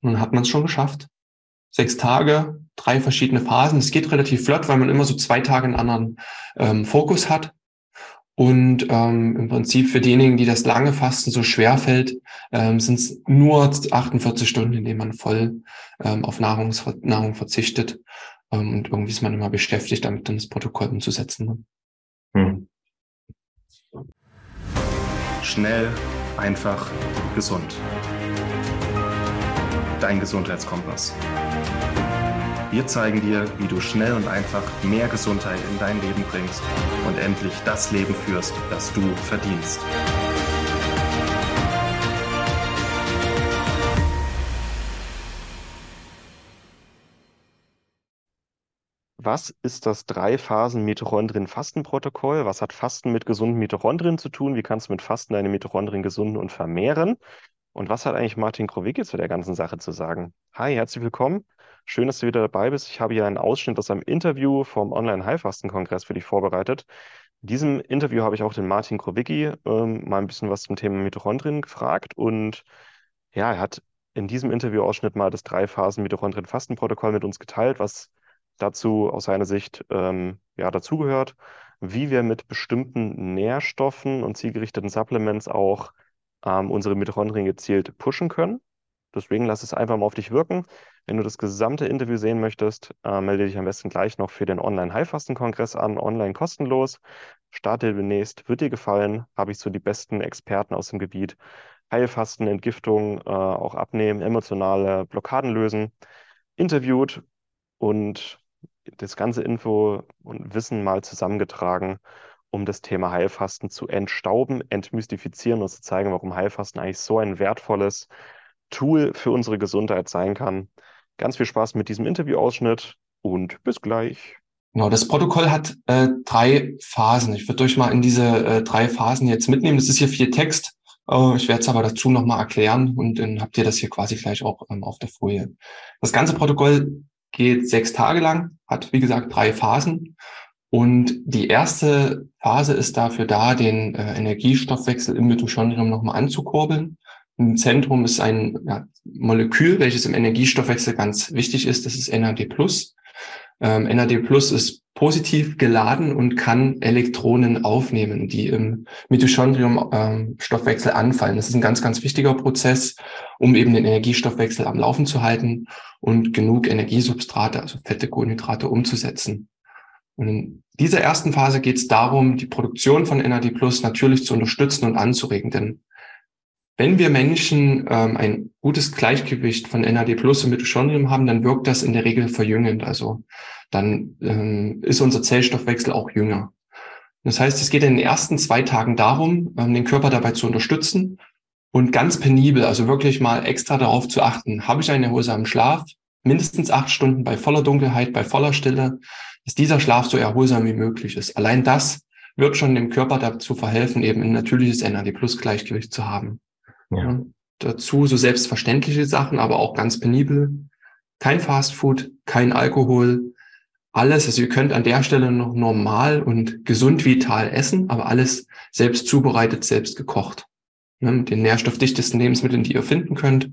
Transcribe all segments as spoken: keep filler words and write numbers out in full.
Und dann hat man es schon geschafft. Sechs Tage, drei verschiedene Phasen. Es geht relativ flott, weil man immer so zwei Tage einen anderen ähm, Fokus hat. Und ähm, im Prinzip für diejenigen, die das lange Fasten so schwer fällt, ähm, sind es nur achtundvierzig Stunden, in denen man voll ähm, auf Nahrungs Nahrung verzichtet. Ähm, und irgendwie ist man immer beschäftigt, damit dann das Protokoll umzusetzen. Hm. Schnell, einfach, gesund. Dein Gesundheitskompass. Wir zeigen dir, wie du schnell und einfach mehr Gesundheit in dein Leben bringst und endlich das Leben führst, das du verdienst. Was ist das Drei-Phasen-Mitochondrien-Fastenprotokoll? Was hat Fasten mit gesunden Mitochondrien zu tun? Wie kannst du mit Fasten deine Mitochondrien gesunden und vermehren? Und was hat eigentlich Martin Krowicki zu der ganzen Sache zu sagen? Hi, herzlich willkommen. Schön, dass du wieder dabei bist. Ich habe hier einen Ausschnitt aus einem Interview vom Online-Heilfasten-Kongress für dich vorbereitet. In diesem Interview habe ich auch den Martin Krowicki ähm, mal ein bisschen was zum Thema Mitochondrien gefragt. Und ja, er hat in diesem Interviewausschnitt mal das Drei-Phasen-Mitochondrien-Fastenprotokoll mit uns geteilt, was dazu aus seiner Sicht ähm, ja, dazugehört, wie wir mit bestimmten Nährstoffen und zielgerichteten Supplements auch ähm, unsere Mitochondrien gezielt pushen können. Deswegen lass es einfach mal auf dich wirken. Wenn du das gesamte Interview sehen möchtest, äh, melde dich am besten gleich noch für den Online-Heilfasten-Kongress an, online kostenlos. Starte demnächst, wird dir gefallen, habe ich so die besten Experten aus dem Gebiet Heilfasten, Entgiftung, äh, auch abnehmen, emotionale Blockaden lösen, interviewt und das ganze Info und Wissen mal zusammengetragen, um das Thema Heilfasten zu entstauben, entmystifizieren und zu zeigen, warum Heilfasten eigentlich so ein wertvolles Tool für unsere Gesundheit sein kann. Ganz viel Spaß mit diesem Interviewausschnitt und bis gleich. Genau, das Protokoll hat äh, drei Phasen. Ich würde euch mal in diese äh, drei Phasen jetzt mitnehmen. Das ist hier viel Text. Äh, ich werde es aber dazu nochmal erklären und dann habt ihr das hier quasi gleich auch ähm, auf der Folie. Das ganze Protokoll geht sechs Tage lang, hat wie gesagt drei Phasen. Und die erste Phase ist dafür da, den äh, Energiestoffwechsel im Mitochondrium nochmal anzukurbeln. Im Zentrum ist ein ja, Molekül, welches im Energiestoffwechsel ganz wichtig ist. Das ist N A D plus. Ähm, N A D plus ist positiv geladen und kann Elektronen aufnehmen, die im Mitochondrium-Stoffwechsel ähm, anfallen. Das ist ein ganz, ganz wichtiger Prozess, um eben den Energiestoffwechsel am Laufen zu halten und genug Energiesubstrate, also Fette, Kohlenhydrate, umzusetzen. Und in dieser ersten Phase geht es darum, die Produktion von N A D plus natürlich zu unterstützen und anzuregen. Denn wenn wir Menschen ähm, ein gutes Gleichgewicht von N A D plus im Mitochondrium haben, dann wirkt das in der Regel verjüngend. Also dann ähm, ist unser Zellstoffwechsel auch jünger. Das heißt, es geht in den ersten zwei Tagen darum, ähm, den Körper dabei zu unterstützen und ganz penibel, also wirklich mal extra darauf zu achten, habe ich einen erholsamen Schlaf, mindestens acht Stunden bei voller Dunkelheit, bei voller Stille, dass dieser Schlaf so erholsam wie möglich ist. Allein das wird schon dem Körper dazu verhelfen, eben ein natürliches N A D plus Gleichgewicht zu haben. Ja. Ja, dazu so selbstverständliche Sachen, aber auch ganz penibel. Kein Fastfood, kein Alkohol, alles. Also ihr könnt an der Stelle noch normal und gesund vital essen, aber alles selbst zubereitet, selbst gekocht. Ja, mit den nährstoffdichtesten Lebensmitteln, die ihr finden könnt.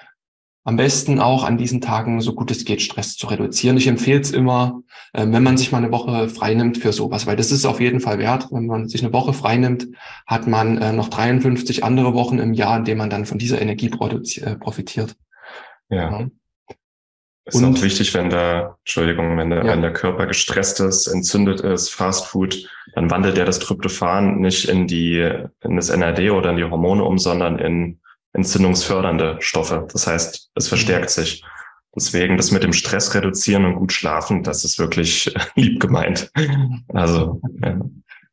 Am besten auch an diesen Tagen, so gut es geht, Stress zu reduzieren. Ich empfehle es immer, äh, wenn man sich mal eine Woche freinimmt für sowas, weil das ist auf jeden Fall wert. Wenn man sich eine Woche freinimmt, hat man äh, noch dreiundfünfzig andere Wochen im Jahr, in denen man dann von dieser Energie produzi- äh, profitiert. Ja. ja. Ist Und, auch wichtig, wenn der, Entschuldigung, wenn der, ja. wenn der Körper gestresst ist, entzündet ist, Fastfood, dann wandelt er das Tryptophan nicht in die, in das N A D oder in die Hormone um, sondern in entzündungsfördernde Stoffe. Das heißt, es verstärkt mhm. sich. Deswegen das mit dem Stress reduzieren und gut schlafen, das ist wirklich lieb gemeint. Also, ja.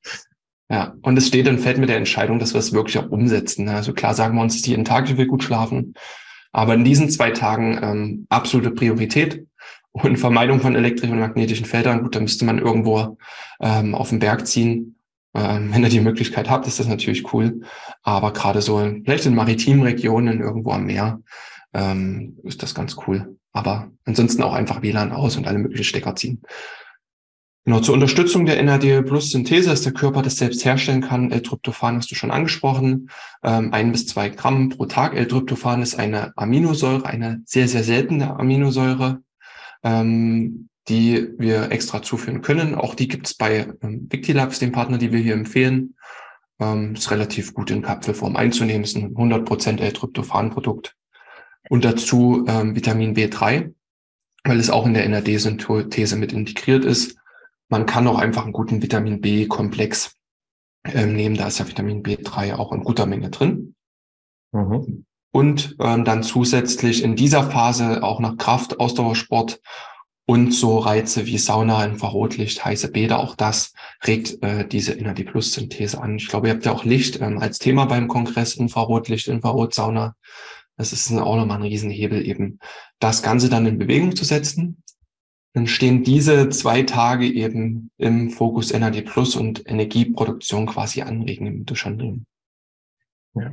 Ja, und es steht und fällt mit der Entscheidung, dass wir es wirklich auch umsetzen. Also klar sagen wir uns jeden Tag, ich will gut schlafen. Aber in diesen zwei Tagen ähm, absolute Priorität und Vermeidung von elektrischen und magnetischen Feldern. Gut, da müsste man irgendwo ähm, auf den Berg ziehen. Ähm, wenn ihr die Möglichkeit habt, ist das natürlich cool. Aber gerade so vielleicht in maritimen Regionen irgendwo am Meer ähm, ist das ganz cool. Aber ansonsten auch einfach W L A N aus und alle möglichen Stecker ziehen. Genau, zur Unterstützung der N A D H-Plus-Synthese, dass der Körper das selbst herstellen kann. L-Tryptophan hast du schon angesprochen. Ähm, ein bis zwei Gramm pro Tag. L-Tryptophan ist eine Aminosäure, eine sehr, sehr seltene Aminosäure, ähm, die wir extra zuführen können. Auch die gibt es bei ähm, Victilabs, dem Partner, die wir hier empfehlen. Ähm, ist relativ gut in Kapselform einzunehmen. Ist ein hundert Prozent L-Tryptophan-Produkt. Und dazu ähm, Vitamin B drei, weil es auch in der N A D-Synthese mit integriert ist. Man kann auch einfach einen guten Vitamin B-Komplex ähm, nehmen. Da ist ja Vitamin B drei auch in guter Menge drin. Mhm. Und ähm, dann zusätzlich in dieser Phase auch nach Kraft, Ausdauersport und so Reize wie Sauna, Infrarotlicht, heiße Bäder, auch das regt äh, diese N A D Plus-Synthese an. Ich glaube, ihr habt ja auch Licht ähm, als Thema beim Kongress, Infrarotlicht, Infrarotsauna. Das ist auch nochmal ein Riesenhebel, eben das Ganze dann in Bewegung zu setzen. Dann stehen diese zwei Tage eben im Fokus N A D Plus und Energieproduktion quasi anregen im Mitochondrien. Ja.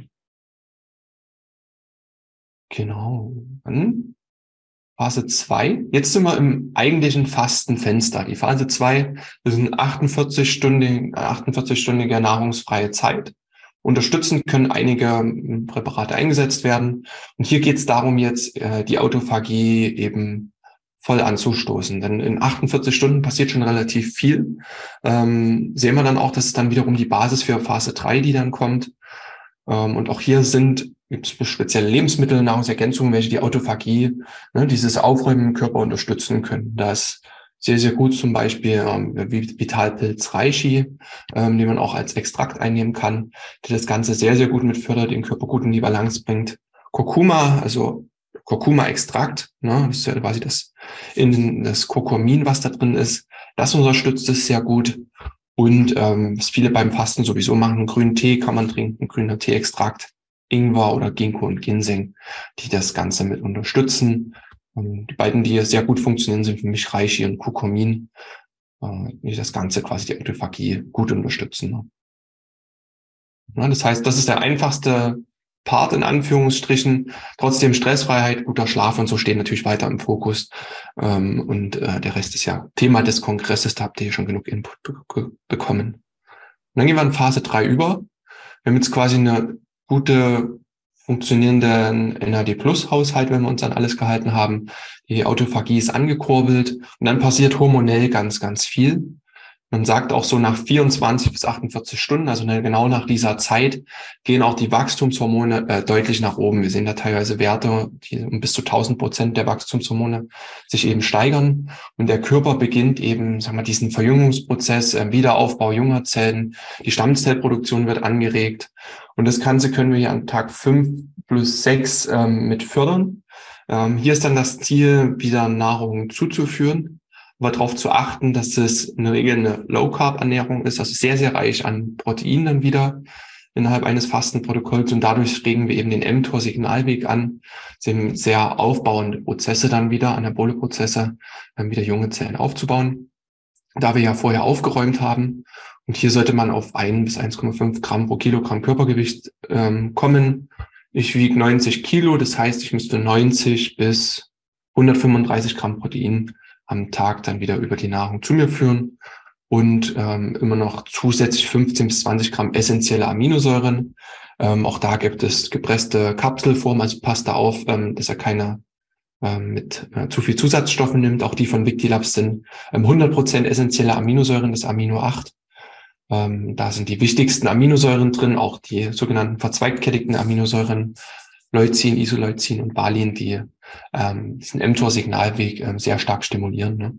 Genau. Dann Phase zwei. Jetzt sind wir im eigentlichen Fastenfenster. Die Phase zwei ist eine achtundvierzig-stündige, achtundvierzig-stündige nahrungsfreie Zeit. Unterstützend können einige Präparate eingesetzt werden. Und hier geht es darum, jetzt äh, die Autophagie eben voll anzustoßen. Denn in achtundvierzig Stunden passiert schon relativ viel. Ähm, sehen wir dann auch, dass es dann wiederum die Basis für Phase drei, die dann kommt. Ähm, und auch hier sind gibt es spezielle Lebensmittel, Nahrungsergänzungen, welche die Autophagie, ne, dieses Aufräumen im Körper unterstützen können. Da ist sehr, sehr gut zum Beispiel ähm, Vitalpilz Reishi, ähm, den man auch als Extrakt einnehmen kann, der das Ganze sehr, sehr gut mit fördert, den Körper gut in die Balance bringt. Kurkuma, also Kurkuma-Extrakt, ne, das ist ja quasi das, in das Kurkumin, was da drin ist, das unterstützt es sehr gut. Und ähm, was viele beim Fasten sowieso machen, grünen Tee kann man trinken, grüner Tee-Extrakt, Ingwer oder Ginkgo und Ginseng, die das Ganze mit unterstützen. Ähm, die beiden, die sehr gut funktionieren, sind für mich Reishi und Kurkumin, äh, die das Ganze quasi die Autophagie gut unterstützen. Ne? Ja, das heißt, das ist der einfachste Part in Anführungsstrichen. Trotzdem Stressfreiheit, guter Schlaf und so stehen natürlich weiter im Fokus. Ähm, und äh, der Rest ist ja Thema des Kongresses, da habt ihr schon genug Input be- bekommen. Und dann gehen wir in Phase drei über. Wir haben jetzt quasi eine gute, funktionierenden N A D Plus Haushalt, wenn wir uns an alles gehalten haben. Die Autophagie ist angekurbelt und dann passiert hormonell ganz, ganz viel. Man sagt auch so nach vierundzwanzig bis achtundvierzig Stunden, also genau nach dieser Zeit, gehen auch die Wachstumshormone äh, deutlich nach oben. Wir sehen da teilweise Werte, die um bis zu tausend Prozent der Wachstumshormone sich eben steigern. Und der Körper beginnt eben, sagen wir, diesen Verjüngungsprozess, äh, Wiederaufbau junger Zellen. Die Stammzellproduktion wird angeregt. Und das Ganze können wir hier an Tag fünf plus sechs ähm, mit fördern. Ähm, hier ist dann das Ziel, wieder Nahrung zuzuführen, aber darauf zu achten, dass es in der Regel eine Low-Carb-Ernährung ist, also sehr, sehr reich an Protein dann wieder innerhalb eines Fastenprotokolls. Und dadurch regen wir eben den mTOR-Signalweg an, sehen sehr aufbauende Prozesse dann wieder, anabole Prozesse, dann wieder junge Zellen aufzubauen. Da wir ja vorher aufgeräumt haben. Und hier sollte man auf ein bis eins Komma fünf Gramm pro Kilogramm Körpergewicht ähm, kommen. Ich wiege neunzig Kilo, das heißt, ich müsste neunzig bis hundertfünfunddreißig Gramm Protein am Tag dann wieder über die Nahrung zu mir führen und ähm, immer noch zusätzlich fünfzehn bis zwanzig Gramm essentielle Aminosäuren. Ähm, auch da gibt es gepresste Kapselform, also passt da auf, ähm, dass er keine ähm, mit äh, zu viel Zusatzstoffen nimmt. Auch die von Victilabs sind ähm, hundert Prozent essentielle Aminosäuren, das Amino acht. Ähm, da sind die wichtigsten Aminosäuren drin, auch die sogenannten verzweigkettigen Aminosäuren, Leucin, Isoleucin und Valin, die ähm, diesen mTOR-Signalweg ähm, sehr stark stimulieren. Ne?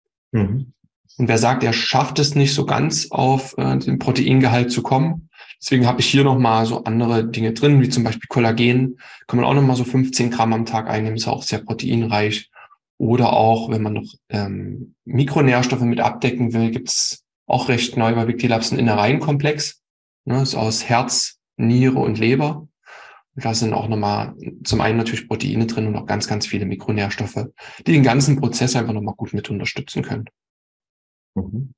Mhm. Und wer sagt, er schafft es nicht so ganz auf äh, den Proteingehalt zu kommen, deswegen habe ich hier nochmal so andere Dinge drin, wie zum Beispiel Kollagen, kann man auch nochmal so fünfzehn Gramm am Tag einnehmen, ist auch sehr proteinreich. Oder auch, wenn man noch ähm, Mikronährstoffe mit abdecken will, gibt's auch recht neu bei Victilabs einen Innereienkomplex, ne, ist aus Herz, Niere und Leber. Und da sind auch nochmal zum einen natürlich Proteine drin und auch ganz, ganz viele Mikronährstoffe, die den ganzen Prozess einfach nochmal gut mit unterstützen können. Mhm.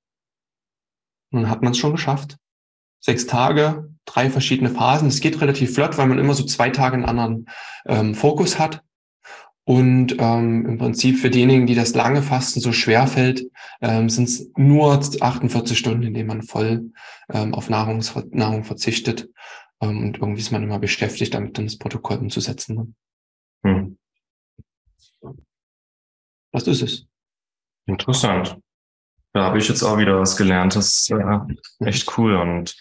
Und dann hat man es schon geschafft. Sechs Tage, drei verschiedene Phasen. Es geht relativ flott, weil man immer so zwei Tage einen anderen ähm, Fokus hat. Und ähm, im Prinzip für diejenigen, die das lange Fasten so schwer fällt, ähm, sind es nur achtundvierzig Stunden, in denen man voll ähm, auf Nahrungs Nahrung verzichtet. Ähm, und irgendwie ist man immer beschäftigt, damit dann das Protokoll umzusetzen. Ne? Hm. Was ist es? Interessant. Da habe ich jetzt auch wieder was gelernt. Das ist äh, echt cool. Und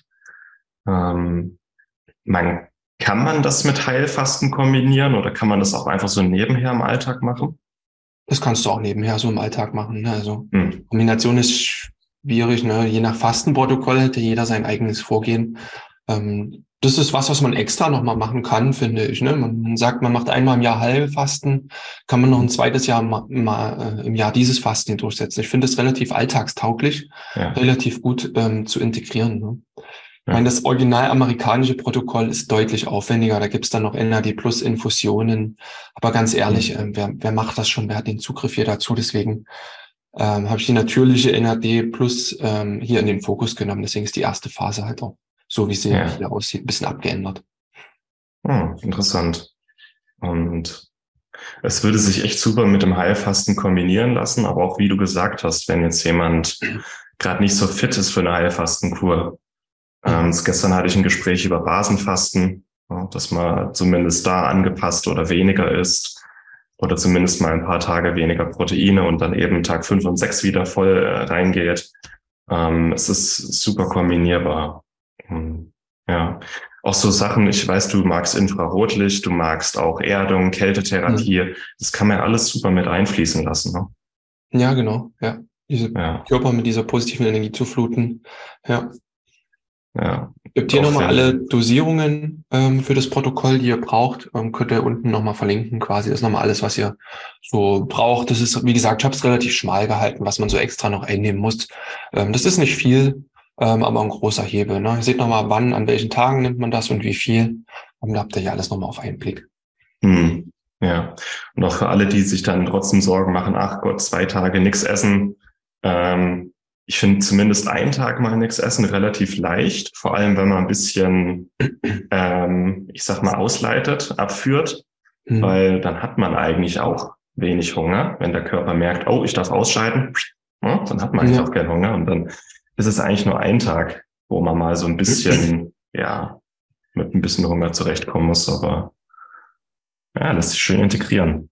ähm, man, kann man das mit Heilfasten kombinieren oder kann man das auch einfach so nebenher im Alltag machen? Das kannst du auch nebenher so im Alltag machen. Ne? Also Hm. Kombination ist schwierig, ne? Je nach Fastenprotokoll hätte jeder sein eigenes Vorgehen. Ähm, das ist was, was man extra nochmal machen kann, finde ich. Ne? Man, man sagt, man macht einmal im Jahr Heilfasten, kann man noch ein zweites Jahr ma, ma, äh, im Jahr dieses Fasten durchsetzen. Ich finde es relativ alltagstauglich, Ja, relativ gut ähm, zu integrieren. Ne? Ich meine, ja. das original amerikanische Protokoll ist deutlich aufwendiger. Da gibt's dann noch N A D Plus Infusionen. Aber ganz ehrlich, Hm. ähm, wer, wer macht das schon? Wer hat den Zugriff hier dazu? Deswegen ähm, habe ich die natürliche N A D Plus ähm, hier in den Fokus genommen. Deswegen ist die erste Phase halt auch so, wie sie Ja. hier aussieht, ein bisschen abgeändert. Hm, interessant. Und es würde sich echt super mit dem Heilfasten kombinieren lassen, aber auch wie du gesagt hast, wenn jetzt jemand gerade nicht so fit ist für eine Heilfastenkur. Ähm, Mhm. gestern hatte ich ein Gespräch über Basenfasten, ja, dass man zumindest da angepasst oder weniger isst oder zumindest mal ein paar Tage weniger Proteine und dann eben Tag fünf und sechs wieder voll äh, reingeht. Ähm, es ist super kombinierbar. Hm, ja. Auch so Sachen, ich weiß, du magst Infrarotlicht, du magst auch Erdung, Mhm. Kältetherapie. Das kann man ja alles super mit einfließen lassen. Ne? Ja, genau. Ja, diese Ja, Körper mit dieser positiven Energie zu fluten. Ja. ja. Gibt Und hier auch nochmal alle wenn, Dosierungen ähm, für das Protokoll, die ihr braucht. Ähm, könnt ihr unten nochmal verlinken quasi. Das ist nochmal alles, was ihr so braucht. Das ist, wie gesagt, ich habe es relativ schmal gehalten, was man so extra noch einnehmen muss. Ähm, das ist nicht viel, ähm, aber ein großer Hebel. Ne? Ihr seht nochmal, wann, an welchen Tagen nimmt man das und wie viel. Und da habt ihr ja alles nochmal auf einen Blick. hm, ja. Und auch für alle, die sich dann trotzdem Sorgen machen, ach Gott, zwei Tage nichts essen. Ähm, ich finde zumindest einen Tag mal nichts essen relativ leicht, vor allem wenn man ein bisschen, ähm, ich sag mal, ausleitet, abführt, Hm. weil dann hat man eigentlich auch wenig Hunger. Wenn der Körper merkt, oh, ich darf ausscheiden, ja, dann hat man eigentlich Ja. auch keinen Hunger und dann ist es eigentlich nur ein Tag, wo man mal so ein bisschen, ja, mit ein bisschen Hunger zurechtkommen muss, aber ja, lässt sich schön integrieren.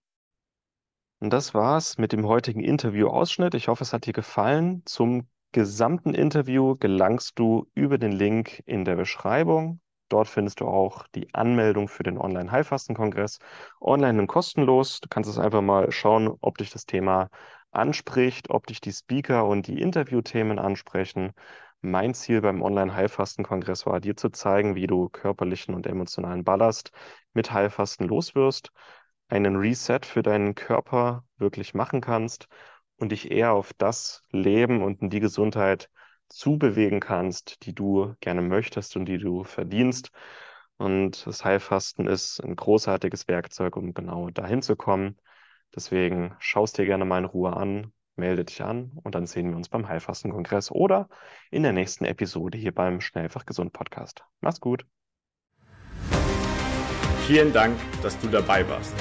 Und das war's mit dem heutigen Interview-Ausschnitt. Ich hoffe, es hat dir gefallen. Zum gesamten Interview gelangst du über den Link in der Beschreibung. Dort findest du auch die Anmeldung für den Online-Heilfasten-Kongress. Online und kostenlos. Du kannst es einfach mal schauen, ob dich das Thema anspricht, ob dich die Speaker und die Interviewthemen ansprechen. Mein Ziel beim Online-Heilfasten-Kongress war, dir zu zeigen, wie du körperlichen und emotionalen Ballast mit Heilfasten loswirst, einen Reset für deinen Körper wirklich machen kannst und dich eher auf das Leben und in die Gesundheit zubewegen kannst, die du gerne möchtest und die du verdienst. Und das Heilfasten ist ein großartiges Werkzeug, um genau dahin zu kommen. Deswegen schau es dir gerne mal in Ruhe an, melde dich an und dann sehen wir uns beim Heilfasten-Kongress oder in der nächsten Episode hier beim Schnellfach Gesund Podcast. Mach's gut. Vielen Dank, dass du dabei warst.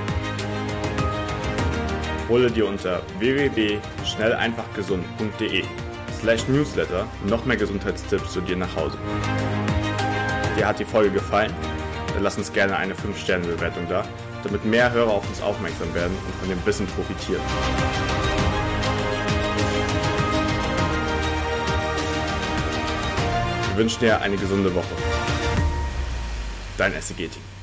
Hole dir unter w w w punkt schnell einfach gesund punkt de slash newsletter noch mehr Gesundheitstipps zu dir nach Hause. Dir hat die Folge gefallen? Dann lass uns gerne eine fünf Sterne Bewertung da, damit mehr Hörer auf uns aufmerksam werden und von dem Wissen profitieren. Wir wünschen dir eine gesunde Woche. Dein S E G-Team.